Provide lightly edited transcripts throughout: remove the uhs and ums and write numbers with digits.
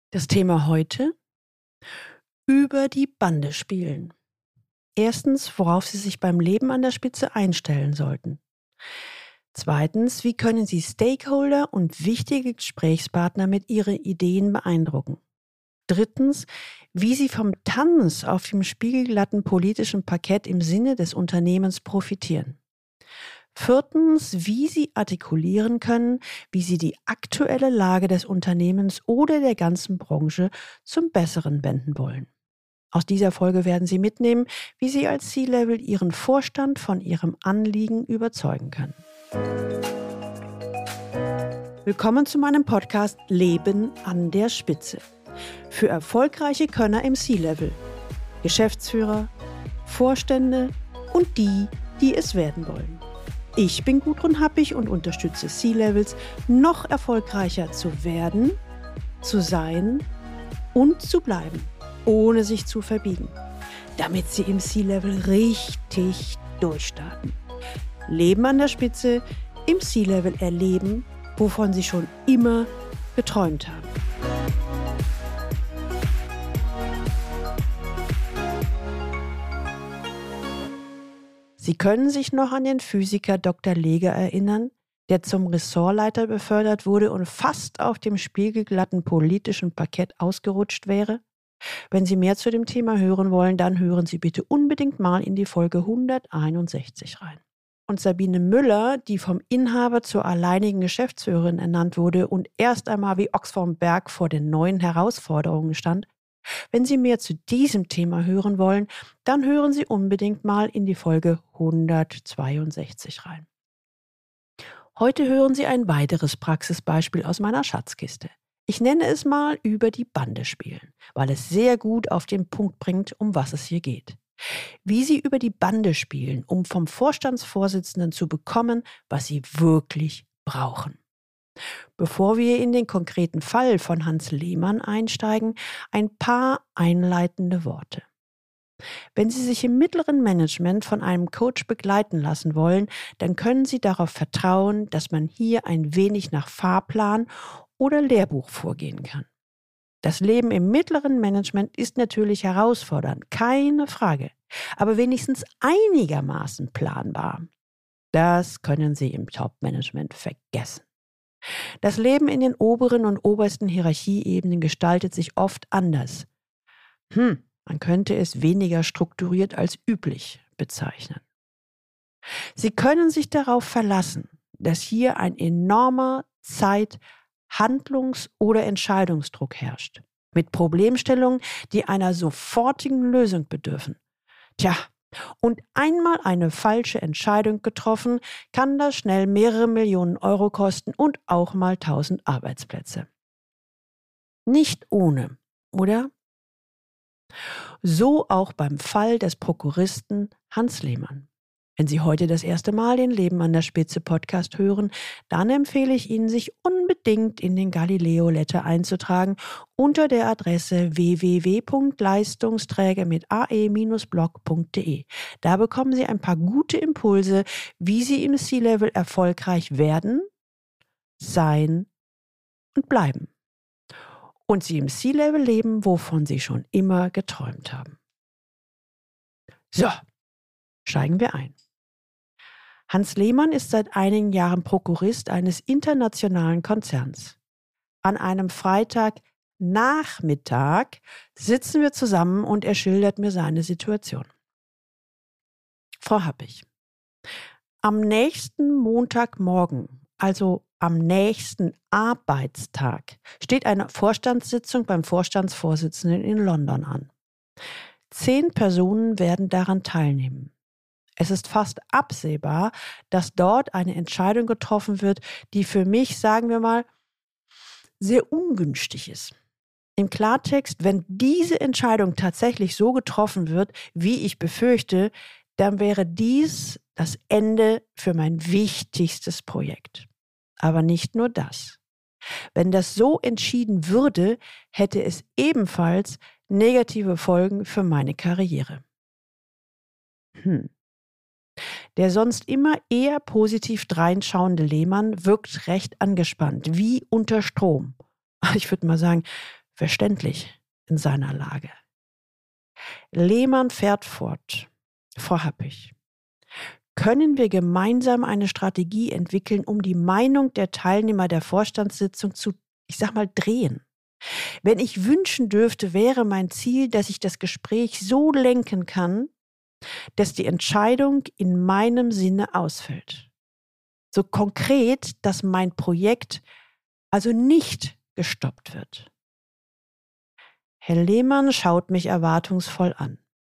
Das Thema heute: über die Bande spielen. Erstens, worauf Sie sich beim Leben an der Spitze einstellen sollten. Zweitens, wie können Sie Stakeholder und wichtige Gesprächspartner mit Ihren Ideen beeindrucken. Drittens, wie Sie vom Tanz auf dem spiegelglatten politischen Parkett im Sinne des Unternehmens profitieren. Viertens, wie Sie artikulieren können, wie Sie die aktuelle Lage des Unternehmens oder der ganzen Branche zum Besseren wenden wollen. Aus dieser Folge werden Sie mitnehmen, wie Sie als C-Level Ihren Vorstand von Ihrem Anliegen überzeugen können. Willkommen zu meinem Podcast Leben an der Spitze. Für erfolgreiche Könner im C-Level, Geschäftsführer, Vorstände und die, die es werden wollen. Ich bin Gudrun Happig und unterstütze C-Levels, noch erfolgreicher zu werden, zu sein und zu bleiben, ohne sich zu verbiegen, damit sie im C-Level richtig durchstarten. Leben an der Spitze, im C-Level erleben, wovon sie schon immer geträumt haben. Sie können sich noch an den Physiker Dr. Leger erinnern, der zum Ressortleiter befördert wurde und fast auf dem spiegelglatten politischen Parkett ausgerutscht wäre? Wenn Sie mehr zu dem Thema hören wollen, dann hören Sie bitte unbedingt mal in die Folge 161 rein. Und Sabine Müller, die vom Inhaber zur alleinigen Geschäftsführerin ernannt wurde und erst einmal wie Ochs vom Berg vor den neuen Herausforderungen stand, wenn Sie mehr zu diesem Thema hören wollen, dann hören Sie unbedingt mal in die Folge 162 rein. Heute hören Sie ein weiteres Praxisbeispiel aus meiner Schatzkiste. Ich nenne es mal über die Bande spielen, weil es sehr gut auf den Punkt bringt, um was es hier geht. Wie Sie über die Bande spielen, um vom Vorstandsvorsitzenden zu bekommen, was Sie wirklich brauchen. Bevor wir in den konkreten Fall von Hans Lehmann einsteigen, ein paar einleitende Worte. Wenn Sie sich im mittleren Management von einem Coach begleiten lassen wollen, dann können Sie darauf vertrauen, dass man hier ein wenig nach Fahrplan oder Lehrbuch vorgehen kann. Das Leben im mittleren Management ist natürlich herausfordernd, keine Frage, aber wenigstens einigermaßen planbar. Das können Sie im Top-Management vergessen. Das Leben in den oberen und obersten Hierarchieebenen gestaltet sich oft anders. Man könnte es weniger strukturiert als üblich bezeichnen. Sie können sich darauf verlassen, dass hier ein enormer Handlungs- oder Entscheidungsdruck herrscht, mit Problemstellungen, die einer sofortigen Lösung bedürfen. Und einmal eine falsche Entscheidung getroffen, kann das schnell mehrere Millionen Euro kosten und auch mal 1000 Arbeitsplätze. Nicht ohne, oder? So auch beim Fall des Prokuristen Hans Lehmann. Wenn Sie heute das erste Mal den Leben an der Spitze Podcast hören, dann empfehle ich Ihnen, sich unbedingt in den Galileo Letter einzutragen unter der Adresse www.leistungsträger mit ae-blog.de. Da bekommen Sie ein paar gute Impulse, wie Sie im C-Level erfolgreich werden, sein und bleiben. Und Sie im C-Level leben, wovon Sie schon immer geträumt haben. So, steigen wir ein. Hans Lehmann ist seit einigen Jahren Prokurist eines internationalen Konzerns. An einem Freitagnachmittag sitzen wir zusammen und er schildert mir seine Situation. Frau Happig, am nächsten Montagmorgen, also am nächsten Arbeitstag, steht eine Vorstandssitzung beim Vorstandsvorsitzenden in London an. 10 Personen werden daran teilnehmen. Es ist fast absehbar, dass dort eine Entscheidung getroffen wird, die für mich, sagen wir mal, sehr ungünstig ist. Im Klartext, wenn diese Entscheidung tatsächlich so getroffen wird, wie ich befürchte, dann wäre dies das Ende für mein wichtigstes Projekt. Aber nicht nur das. Wenn das so entschieden würde, hätte es ebenfalls negative Folgen für meine Karriere. Der sonst immer eher positiv dreinschauende Lehmann wirkt recht angespannt, wie unter Strom. Ich würde mal sagen, verständlich in seiner Lage. Lehmann fährt fort. Frau Happig, können wir gemeinsam eine Strategie entwickeln, um die Meinung der Teilnehmer der Vorstandssitzung zu, drehen? Wenn ich wünschen dürfte, wäre mein Ziel, dass ich das Gespräch so lenken kann, dass die Entscheidung in meinem Sinne ausfällt. So konkret, dass mein Projekt also nicht gestoppt wird. Herr Lehmann schaut mich erwartungsvoll an.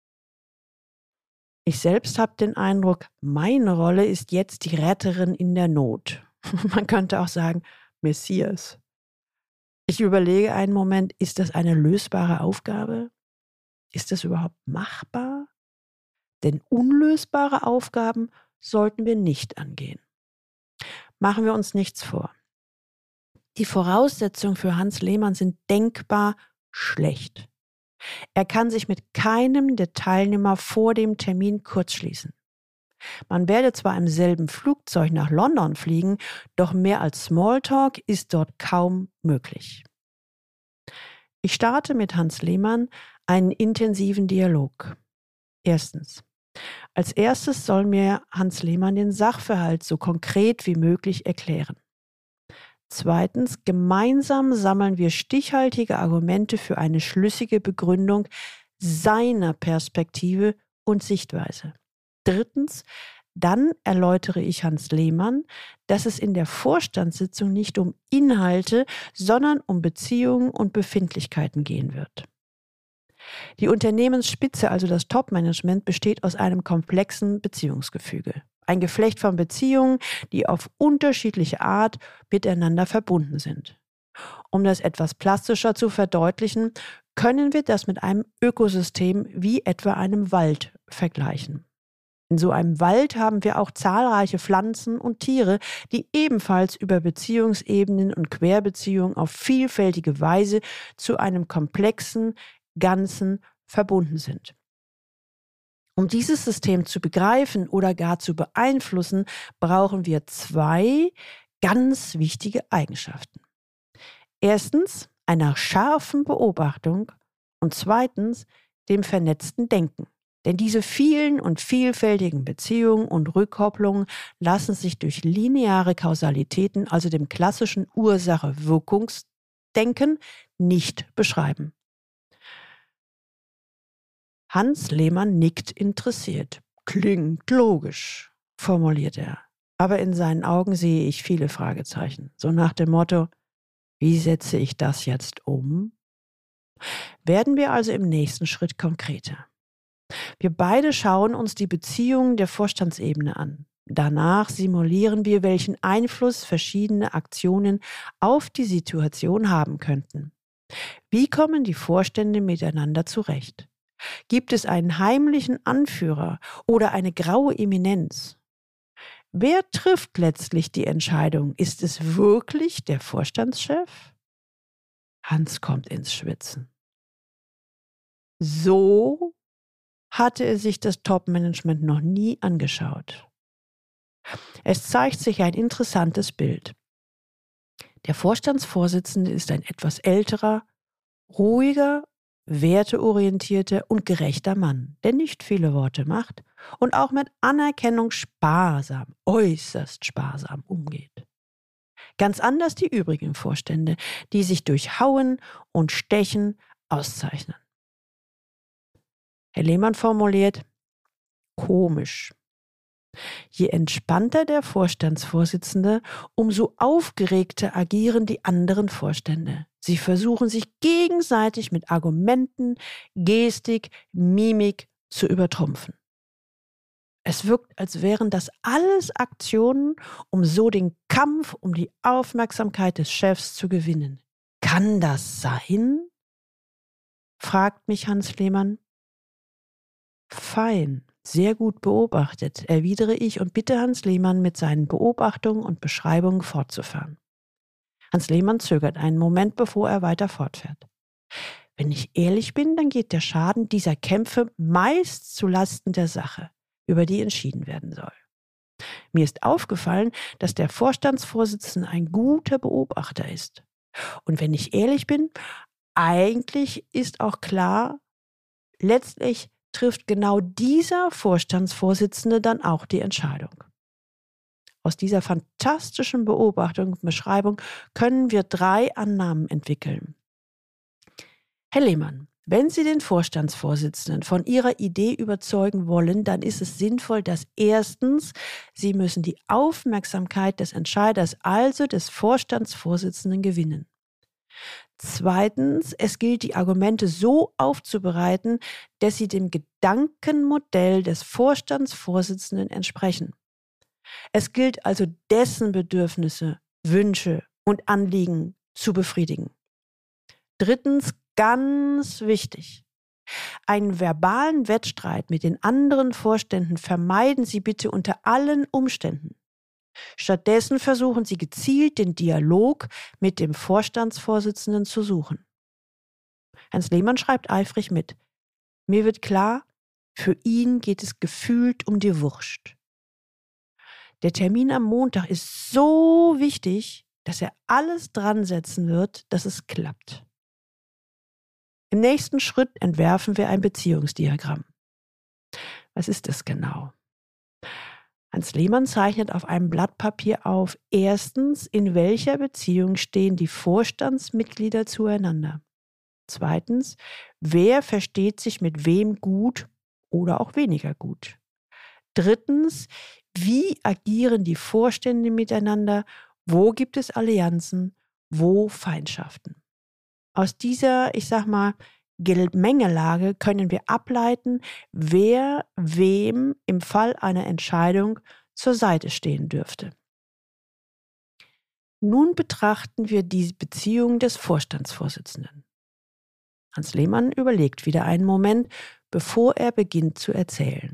Ich selbst habe den Eindruck, meine Rolle ist jetzt die Retterin in der Not. Man könnte auch sagen, Messias. Ich überlege einen Moment, ist das eine lösbare Aufgabe? Ist das überhaupt machbar? Denn unlösbare Aufgaben sollten wir nicht angehen. Machen wir uns nichts vor. Die Voraussetzungen für Hans Lehmann sind denkbar schlecht. Er kann sich mit keinem der Teilnehmer vor dem Termin kurzschließen. Man werde zwar im selben Flugzeug nach London fliegen, doch mehr als Smalltalk ist dort kaum möglich. Ich starte mit Hans Lehmann einen intensiven Dialog. Erstens. Als erstes soll mir Hans Lehmann den Sachverhalt so konkret wie möglich erklären. Zweitens, gemeinsam sammeln wir stichhaltige Argumente für eine schlüssige Begründung seiner Perspektive und Sichtweise. Drittens, dann erläutere ich Hans Lehmann, dass es in der Vorstandssitzung nicht um Inhalte, sondern um Beziehungen und Befindlichkeiten gehen wird. Die Unternehmensspitze, also das Top-Management, besteht aus einem komplexen Beziehungsgefüge. Ein Geflecht von Beziehungen, die auf unterschiedliche Art miteinander verbunden sind. Um das etwas plastischer zu verdeutlichen, können wir das mit einem Ökosystem wie etwa einem Wald vergleichen. In so einem Wald haben wir auch zahlreiche Pflanzen und Tiere, die ebenfalls über Beziehungsebenen und Querbeziehungen auf vielfältige Weise zu einem komplexen Ganzen verbunden sind. Um dieses System zu begreifen oder gar zu beeinflussen, brauchen wir zwei ganz wichtige Eigenschaften. Erstens einer scharfen Beobachtung und zweitens dem vernetzten Denken. Denn diese vielen und vielfältigen Beziehungen und Rückkopplungen lassen sich durch lineare Kausalitäten, also dem klassischen Ursache-Wirkungsdenken, nicht beschreiben. Hans Lehmann nickt interessiert. Klingt logisch, formuliert er. Aber in seinen Augen sehe ich viele Fragezeichen. So nach dem Motto, wie setze ich das jetzt um? Werden wir also im nächsten Schritt konkreter. Wir beide schauen uns die Beziehungen der Vorstandsebene an. Danach simulieren wir, welchen Einfluss verschiedene Aktionen auf die Situation haben könnten. Wie kommen die Vorstände miteinander zurecht? Gibt es einen heimlichen Anführer oder eine graue Eminenz? Wer trifft letztlich die Entscheidung? Ist es wirklich der Vorstandschef? Hans kommt ins Schwitzen. So hatte er sich das Top-Management noch nie angeschaut. Es zeigt sich ein interessantes Bild. Der Vorstandsvorsitzende ist ein etwas älterer, ruhiger, werteorientierter und gerechter Mann, der nicht viele Worte macht und auch mit Anerkennung sparsam, äußerst sparsam umgeht. Ganz anders die übrigen Vorstände, die sich durch Hauen und Stechen auszeichnen. Herr Lehmann formuliert, komisch. Je entspannter der Vorstandsvorsitzende, umso aufgeregter agieren die anderen Vorstände. Sie versuchen sich gegenseitig mit Argumenten, Gestik, Mimik zu übertrumpfen. Es wirkt, als wären das alles Aktionen, um so den Kampf um die Aufmerksamkeit des Chefs zu gewinnen. Kann das sein? Fragt mich Hans Lehmann. Fein, sehr gut beobachtet, erwidere ich und bitte Hans Lehmann, mit seinen Beobachtungen und Beschreibungen fortzufahren. Hans Lehmann zögert einen Moment, bevor er weiter fortfährt. Wenn ich ehrlich bin, dann geht der Schaden dieser Kämpfe meist zulasten der Sache, über die entschieden werden soll. Mir ist aufgefallen, dass der Vorstandsvorsitzende ein guter Beobachter ist. Und wenn ich ehrlich bin, eigentlich ist auch klar, letztlich trifft genau dieser Vorstandsvorsitzende dann auch die Entscheidung. Aus dieser fantastischen Beobachtung und Beschreibung können wir 3 Annahmen entwickeln. Herr Lehmann, wenn Sie den Vorstandsvorsitzenden von Ihrer Idee überzeugen wollen, dann ist es sinnvoll, dass erstens, Sie müssen die Aufmerksamkeit des Entscheiders, also des Vorstandsvorsitzenden, gewinnen. Zweitens, es gilt, die Argumente so aufzubereiten, dass sie dem Gedankenmodell des Vorstandsvorsitzenden entsprechen. Es gilt also, dessen Bedürfnisse, Wünsche und Anliegen zu befriedigen. Drittens, ganz wichtig: Einen verbalen Wettstreit mit den anderen Vorständen vermeiden Sie bitte unter allen Umständen. Stattdessen versuchen Sie gezielt, den Dialog mit dem Vorstandsvorsitzenden zu suchen. Hans Lehmann schreibt eifrig mit: Mir wird klar, für ihn geht es gefühlt um die Wurst. Der Termin am Montag ist so wichtig, dass er alles dran setzen wird, dass es klappt. Im nächsten Schritt entwerfen wir ein Beziehungsdiagramm. Was ist das genau? Hans Lehmann zeichnet auf einem Blatt Papier auf: Erstens, in welcher Beziehung stehen die Vorstandsmitglieder zueinander? Zweitens, wer versteht sich mit wem gut oder auch weniger gut? Drittens, wie agieren die Vorstände miteinander? Wo gibt es Allianzen? Wo Feindschaften? Aus dieser, Gemengelage können wir ableiten, wer wem im Fall einer Entscheidung zur Seite stehen dürfte. Nun betrachten wir die Beziehung des Vorstandsvorsitzenden. Hans Lehmann überlegt wieder einen Moment, bevor er beginnt zu erzählen.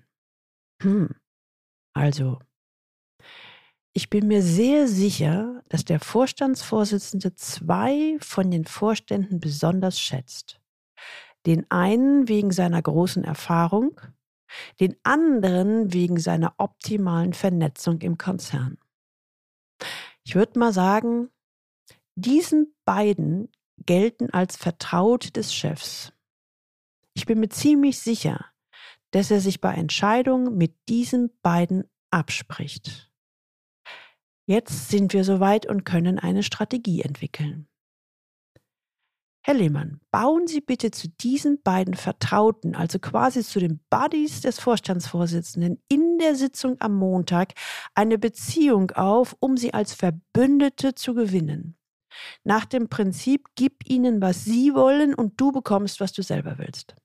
Also, ich bin mir sehr sicher, dass der Vorstandsvorsitzende 2 von den Vorständen besonders schätzt. Den einen wegen seiner großen Erfahrung, den anderen wegen seiner optimalen Vernetzung im Konzern. Ich würde mal sagen, diesen beiden gelten als Vertraute des Chefs. Ich bin mir ziemlich sicher, dass er sich bei Entscheidungen mit diesen beiden abspricht. Jetzt sind wir soweit und können eine Strategie entwickeln. Herr Lehmann, bauen Sie bitte zu diesen beiden Vertrauten, also quasi zu den Buddies des Vorstandsvorsitzenden, in der Sitzung am Montag eine Beziehung auf, um sie als Verbündete zu gewinnen. Nach dem Prinzip: Gib ihnen, was sie wollen, und du bekommst, was du selber willst.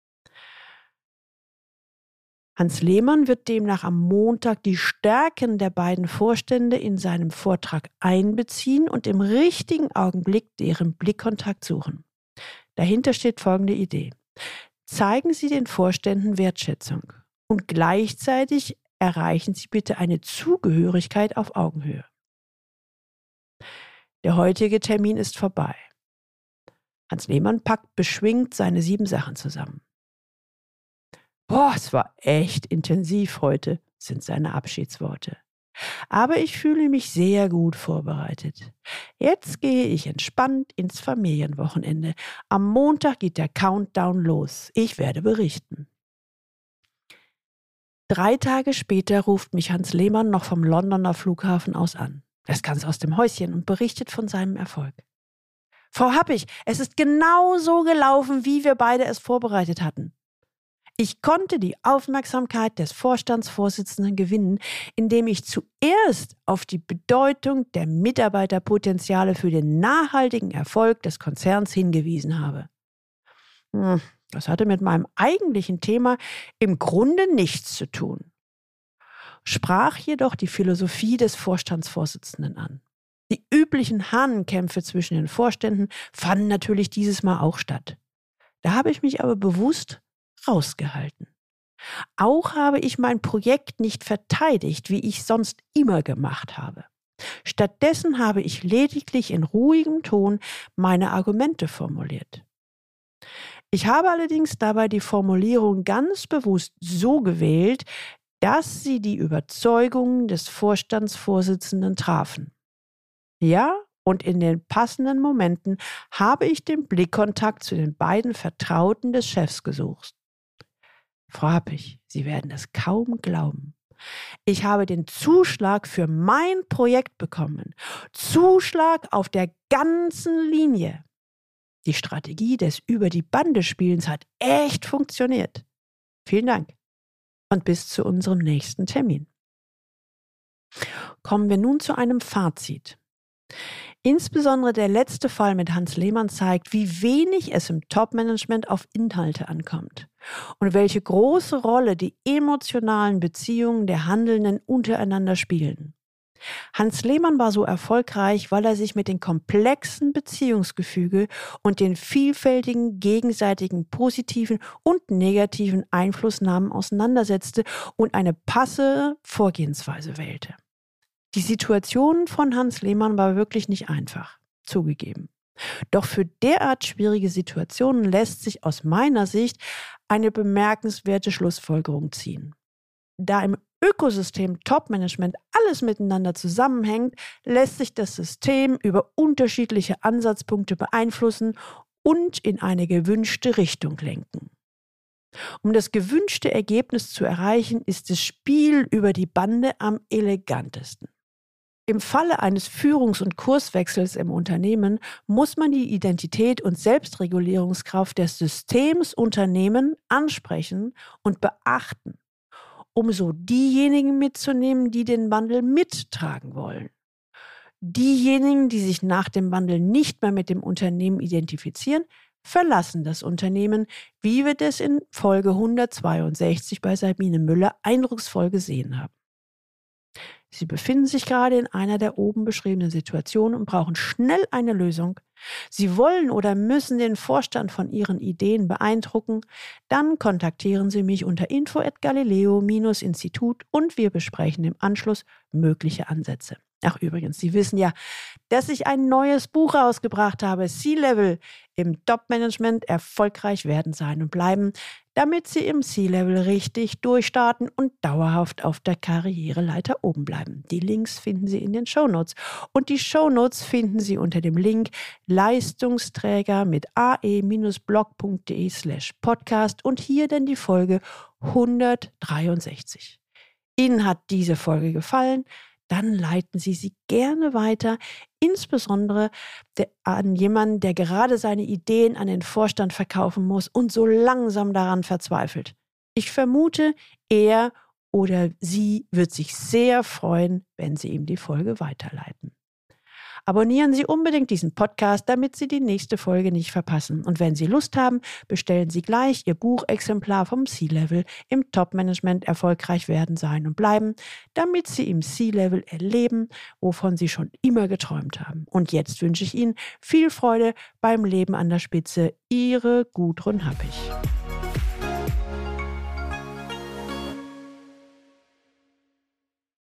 Hans Lehmann wird demnach am Montag die Stärken der beiden Vorstände in seinem Vortrag einbeziehen und im richtigen Augenblick deren Blickkontakt suchen. Dahinter steht folgende Idee: Zeigen Sie den Vorständen Wertschätzung und gleichzeitig erreichen Sie bitte eine Zugehörigkeit auf Augenhöhe. Der heutige Termin ist vorbei. Hans Lehmann packt beschwingt seine 7 Sachen zusammen. Es war echt intensiv heute, sind seine Abschiedsworte. Aber ich fühle mich sehr gut vorbereitet. Jetzt gehe ich entspannt ins Familienwochenende. Am Montag geht der Countdown los. Ich werde berichten. 3 Tage später ruft mich Hans Lehmann noch vom Londoner Flughafen aus an. Er ist ganz aus dem Häuschen und berichtet von seinem Erfolg. Frau Happig, es ist genau so gelaufen, wie wir beide es vorbereitet hatten. Ich konnte die Aufmerksamkeit des Vorstandsvorsitzenden gewinnen, indem ich zuerst auf die Bedeutung der Mitarbeiterpotenziale für den nachhaltigen Erfolg des Konzerns hingewiesen habe. Das hatte mit meinem eigentlichen Thema im Grunde nichts zu tun, sprach jedoch die Philosophie des Vorstandsvorsitzenden an. Die üblichen Hahnenkämpfe zwischen den Vorständen fanden natürlich dieses Mal auch statt. Da habe ich mich aber bewusst rausgehalten. Auch habe ich mein Projekt nicht verteidigt, wie ich sonst immer gemacht habe. Stattdessen habe ich lediglich in ruhigem Ton meine Argumente formuliert. Ich habe allerdings dabei die Formulierung ganz bewusst so gewählt, dass sie die Überzeugungen des Vorstandsvorsitzenden trafen. Ja, Und in den passenden Momenten habe ich den Blickkontakt zu den beiden Vertrauten des Chefs gesucht. Frau Happig, Sie werden es kaum glauben. Ich habe den Zuschlag für mein Projekt bekommen. Zuschlag auf der ganzen Linie. Die Strategie des Über-die-Bande-Spielens hat echt funktioniert. Vielen Dank und bis zu unserem nächsten Termin. Kommen wir nun zu einem Fazit. Insbesondere der letzte Fall mit Hans Lehmann zeigt, wie wenig es im Top-Management auf Inhalte ankommt und welche große Rolle die emotionalen Beziehungen der Handelnden untereinander spielen. Hans Lehmann war so erfolgreich, weil er sich mit dem komplexen Beziehungsgefüge und den vielfältigen gegenseitigen positiven und negativen Einflussnahmen auseinandersetzte und eine passende Vorgehensweise wählte. Die Situation von Hans Lehmann war wirklich nicht einfach, zugegeben. Doch für derart schwierige Situationen lässt sich aus meiner Sicht eine bemerkenswerte Schlussfolgerung ziehen. Da im Ökosystem Top-Management alles miteinander zusammenhängt, lässt sich das System über unterschiedliche Ansatzpunkte beeinflussen und in eine gewünschte Richtung lenken. Um das gewünschte Ergebnis zu erreichen, ist das Spiel über die Bande am elegantesten. Im Falle eines Führungs- und Kurswechsels im Unternehmen muss man die Identität und Selbstregulierungskraft des Systems Unternehmen ansprechen und beachten, um so diejenigen mitzunehmen, die den Wandel mittragen wollen. Diejenigen, die sich nach dem Wandel nicht mehr mit dem Unternehmen identifizieren, verlassen das Unternehmen, wie wir das in Folge 162 bei Sabine Müller eindrucksvoll gesehen haben. Sie befinden sich gerade in einer der oben beschriebenen Situationen und brauchen schnell eine Lösung. Sie wollen oder müssen den Vorstand von Ihren Ideen beeindrucken. Dann kontaktieren Sie mich unter info@galileo-institut und wir besprechen im Anschluss mögliche Ansätze. Ach übrigens, Sie wissen ja, dass ich ein neues Buch rausgebracht habe, C-Level, im Top-Management erfolgreich werden, sein und bleiben, damit Sie im C-Level richtig durchstarten und dauerhaft auf der Karriereleiter oben bleiben. Die Links finden Sie in den Shownotes. Und die Shownotes finden Sie unter dem Link Leistungsträger mit ae-blog.de/podcast und hier dann die Folge 163. Ihnen hat diese Folge gefallen? Dann leiten Sie sie gerne weiter, insbesondere an jemanden, der gerade seine Ideen an den Vorstand verkaufen muss und so langsam daran verzweifelt. Ich vermute, er oder sie wird sich sehr freuen, wenn Sie ihm die Folge weiterleiten. Abonnieren Sie unbedingt diesen Podcast, damit Sie die nächste Folge nicht verpassen. Und wenn Sie Lust haben, bestellen Sie gleich Ihr Buchexemplar vom C-Level im Top-Management erfolgreich werden, sein und bleiben, damit Sie im C-Level erleben, wovon Sie schon immer geträumt haben. Und jetzt wünsche ich Ihnen viel Freude beim Leben an der Spitze. Ihre Gudrun Happig.